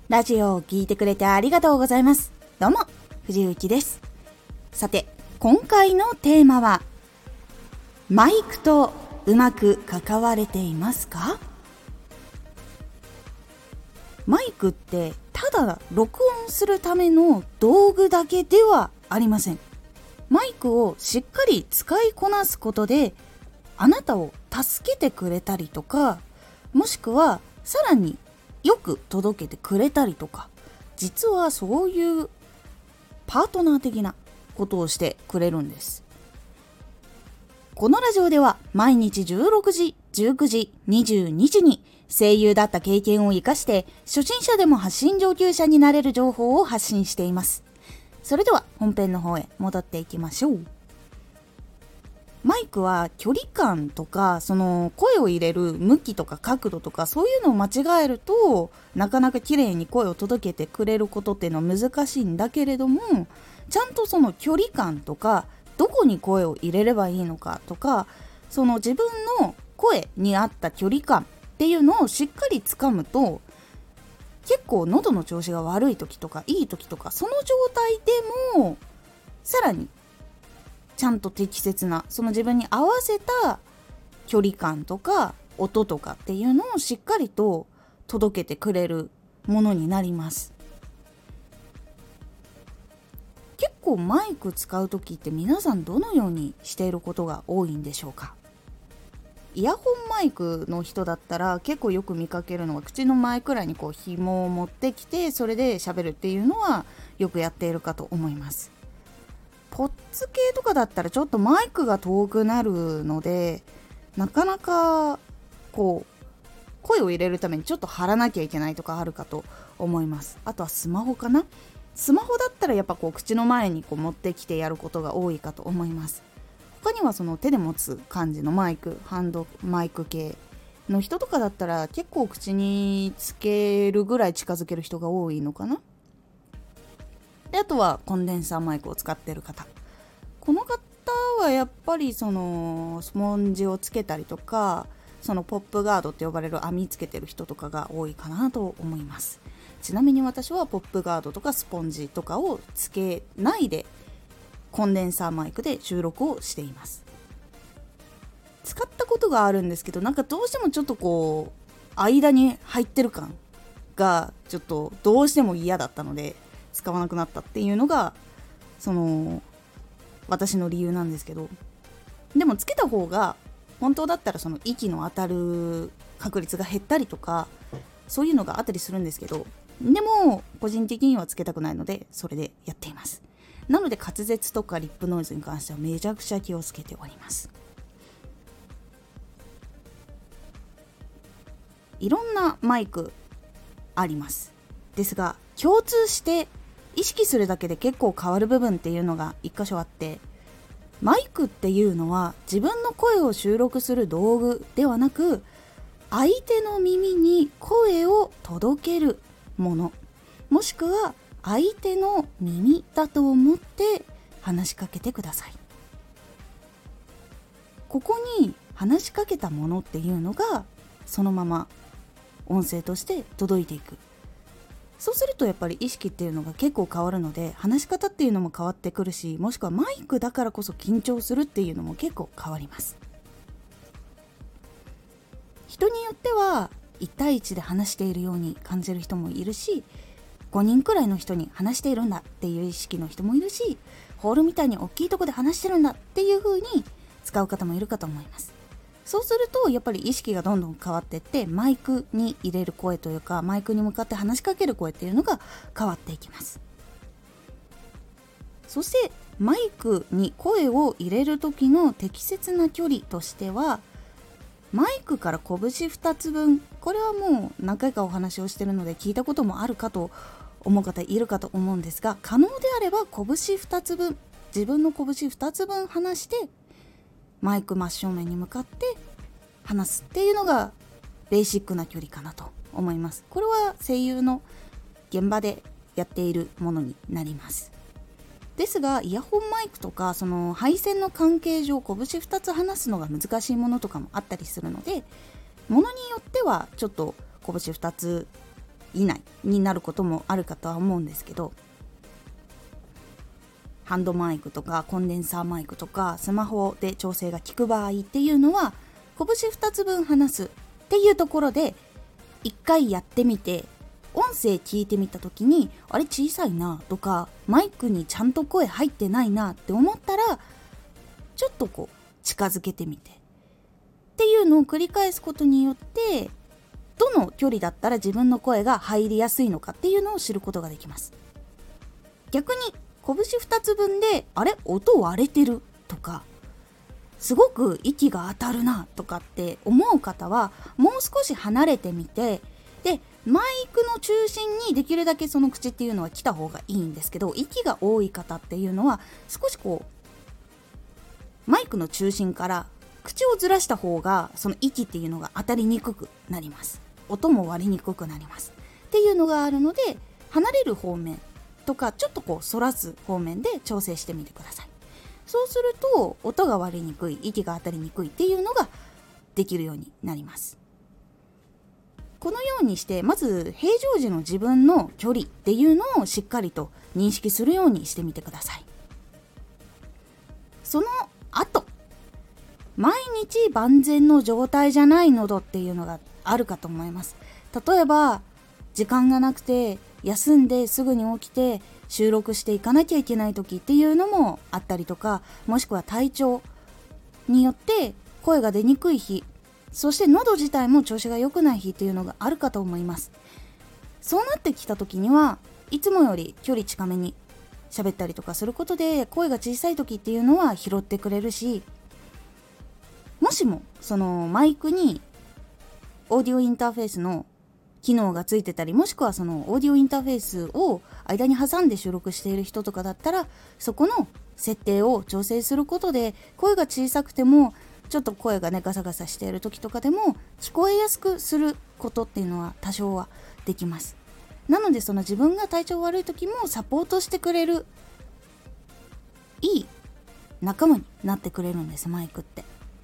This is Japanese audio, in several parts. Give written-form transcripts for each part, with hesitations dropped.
ラジオを聞いてくれてありがとうございます。どうも、藤幸です。さて、今回のテーマは、マイクとうまく関われていますか？マイクってただ録音するための道具だけではありません。マイクをしっかり使いこなすことで、あなたを助けてくれたりとか、もしくはさらによく届けてくれたりとか、実はそういうパートナー的なことをしてくれるんです。このラジオでは毎日16時、19時、22時に声優だった経験を生かして初心者でも発信上級者になれる情報を発信しています。それでは本編の方へ戻っていきましょう。マイクは距離感とかその声を入れる向きとか角度とかそういうのを間違えるとなかなか綺麗に声を届けてくれることっていうのは難しいんだけれども、ちゃんとその距離感とかどこに声を入れればいいのかとか、その自分の声に合った距離感っていうのをしっかりつかむと、結構喉の調子が悪い時とかいい時とかその状態でもさらにちゃんと適切なその自分に合わせた距離感とか音とかっていうのをしっかりと届けてくれるものになります。結構マイク使う時って皆さんどのようにしていることが多いんでしょうか？イヤホンマイクの人だったら結構よく見かけるのは、口の前くらいにこう紐を持ってきてそれで喋るっていうのはよくやっているかと思います。ポッツ系とかだったらちょっとマイクが遠くなるので、なかなかこう声を入れるためにちょっと張らなきゃいけないとかあるかと思います。あとはスマホかな。スマホだったらやっぱこう口の前にこう持ってきてやることが多いかと思います。他にはその手で持つ感じのマイク、ハンドマイク系の人とかだったら結構口につけるぐらい近づける人が多いのかな。で、あとはコンデンサーマイクを使っている方、この方はやっぱりそのスポンジをつけたりとか、そのポップガードって呼ばれる網つけてる人とかが多いかなと思います。ちなみに私はポップガードとかスポンジとかをつけないでコンデンサーマイクで収録をしています。使ったことがあるんですけど、なんかどうしてもちょっとこう間に入ってる感がちょっとどうしても嫌だったので使わなくなったっていうのがその私の理由なんですけど、でもつけた方が本当だったらその息の当たる確率が減ったりとかそういうのがあったりするんですけど、でも個人的にはつけたくないのでそれでやっています。なので滑舌とかリップノイズに関してはめちゃくちゃ気をつけております。いろんなマイクありますですが、共通して意識するだけで結構変わる部分っていうのが一箇所あって、マイクっていうのは自分の声を収録する道具ではなく、相手の耳に声を届けるもの、もしくは相手の耳だと思って話しかけてください。ここに話しかけたものっていうのがそのまま音声として届いていく。そうするとやっぱり意識っていうのが結構変わるので、話し方っていうのも変わってくるし、もしくはマイクだからこそ緊張するっていうのも結構変わります。人によっては1対1で話しているように感じる人もいるし、5人くらいの人に話しているんだっていう意識の人もいるし、ホールみたいに大きいとこで話してるんだっていう風に使う方もいるかと思います。そうするとやっぱり意識がどんどん変わっていって、マイクに入れる声というかマイクに向かって話しかける声っていうのが変わっていきます。そしてマイクに声を入れる時の適切な距離としては、マイクから拳2つ分、これはもう何回かお話をしているので聞いたこともあるかと思う方いるかと思うんですが、可能であれば拳2つ分、自分の拳2つ分離してマイク真正面に向かって話すっていうのがベーシックな距離かなと思います。これは声優の現場でやっているものになります。ですがイヤホンマイクとかその配線の関係上拳2つ離すのが難しいものとかもあったりするので、ものによってはちょっと拳2つ以内になることもあるかとは思うんですけど、ハンドマイクとかコンデンサーマイクとかスマホで調整が効く場合っていうのは、拳2つ分離すっていうところで一回やってみて、音声聞いてみた時にあれ小さいなとか、マイクにちゃんと声入ってないなって思ったら、ちょっとこう近づけてみてっていうのを繰り返すことによって、どの距離だったら自分の声が入りやすいのかっていうのを知ることができます。逆に拳2つ分であれ音割れてるとか、すごく息が当たるなとかって思う方は、もう少し離れてみて、でマイクの中心にできるだけその口っていうのは来た方がいいんですけど、息が多い方っていうのは少しこうマイクの中心から口をずらした方が、その息っていうのが当たりにくくなります。音も割りにくくなりますっていうのがあるので、離れる方面とかちょっとこう反らす方面で調整してみてください。そうすると音が割れにくい、息が当たりにくいっていうのができるようになります。このようにして、まず平常時の自分の距離っていうのをしっかりと認識するようにしてみてください。その後、毎日万全の状態じゃない喉っていうのがあるかと思います。例えば時間がなくて休んですぐに起きて収録していかなきゃいけない時っていうのもあったりとか、もしくは体調によって声が出にくい日、そして喉自体も調子が良くない日っていうのがあるかと思います。そうなってきた時には、いつもより距離近めに喋ったりとかすることで、声が小さい時っていうのは拾ってくれるし、もしもそのマイクにオーディオインターフェースの機能がついてたり、もしくはそのオーディオインターフェースを間に挟んで収録している人とかだったら、そこの設定を調整することで、声が小さくてもちょっと声がねガサガサしている時とかでも聞こえやすくすることっていうのは多少はできます。なのでその自分が体調悪い時もサポートしてくれるいい仲間になってくれるんです、マイクって。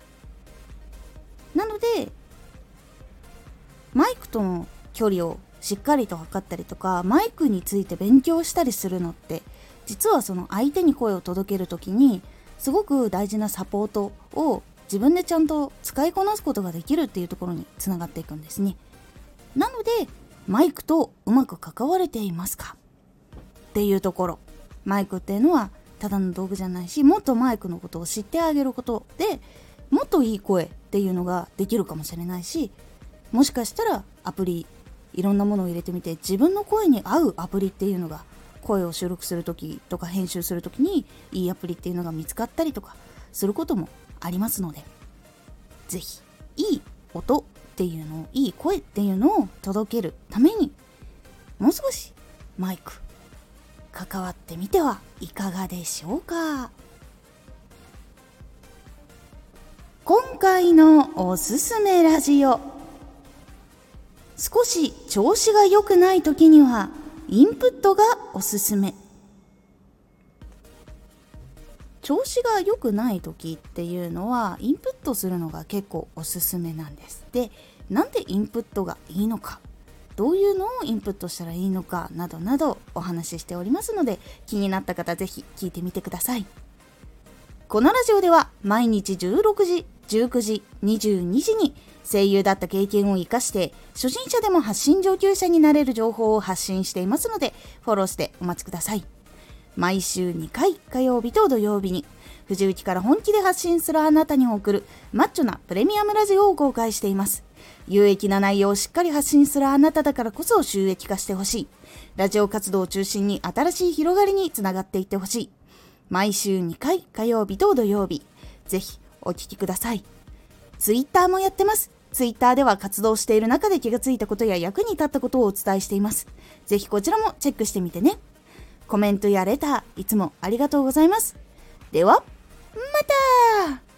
なのでマイクとの距離をしっかりと測ったりとか、マイクについて勉強したりするのって、実はその相手に声を届けるときにすごく大事なサポートを自分でちゃんと使いこなすことができるっていうところにつながっていくんですね。なのでマイクとうまく関われていますかっていうところ、マイクっていうのはただの道具じゃないし、もっとマイクのことを知ってあげることで、もっといい声っていうのができるかもしれないし、もしかしたらアプリいろんなものを入れてみて、自分の声に合うアプリっていうのが、声を収録するときとか編集するときにいいアプリっていうのが見つかったりとかすることもありますので、ぜひいい音っていうのを、いい声っていうのを届けるために、もう少しマイク関わってみてはいかがでしょうか。今回のおすすめラジオ、少し調子が良くない時にはインプットがおすすめ。調子が良くない時っていうのはインプットするのが結構おすすめなんです。で、なんでインプットがいいのか、どういうのをインプットしたらいいのかなどなどお話ししておりますので、気になった方ぜひ聞いてみてください。このラジオでは毎日16時、19時、22時に声優だった経験を生かして初心者でも発信上級者になれる情報を発信していますので、フォローしてお待ちください。毎週2回、火曜日と土曜日に藤雪から本気で発信するあなたに送るマッチョなプレミアムラジオを公開しています。有益な内容をしっかり発信するあなただからこそ収益化してほしい。ラジオ活動を中心に新しい広がりにつながっていってほしい。毎週2回、火曜日と土曜日、ぜひお聞きください。ツイッターもやってます。ツイッターでは活動している中で気がついたことや役に立ったことをお伝えしています。ぜひこちらもチェックしてみてね。コメントやレター、いつもありがとうございます。では、また。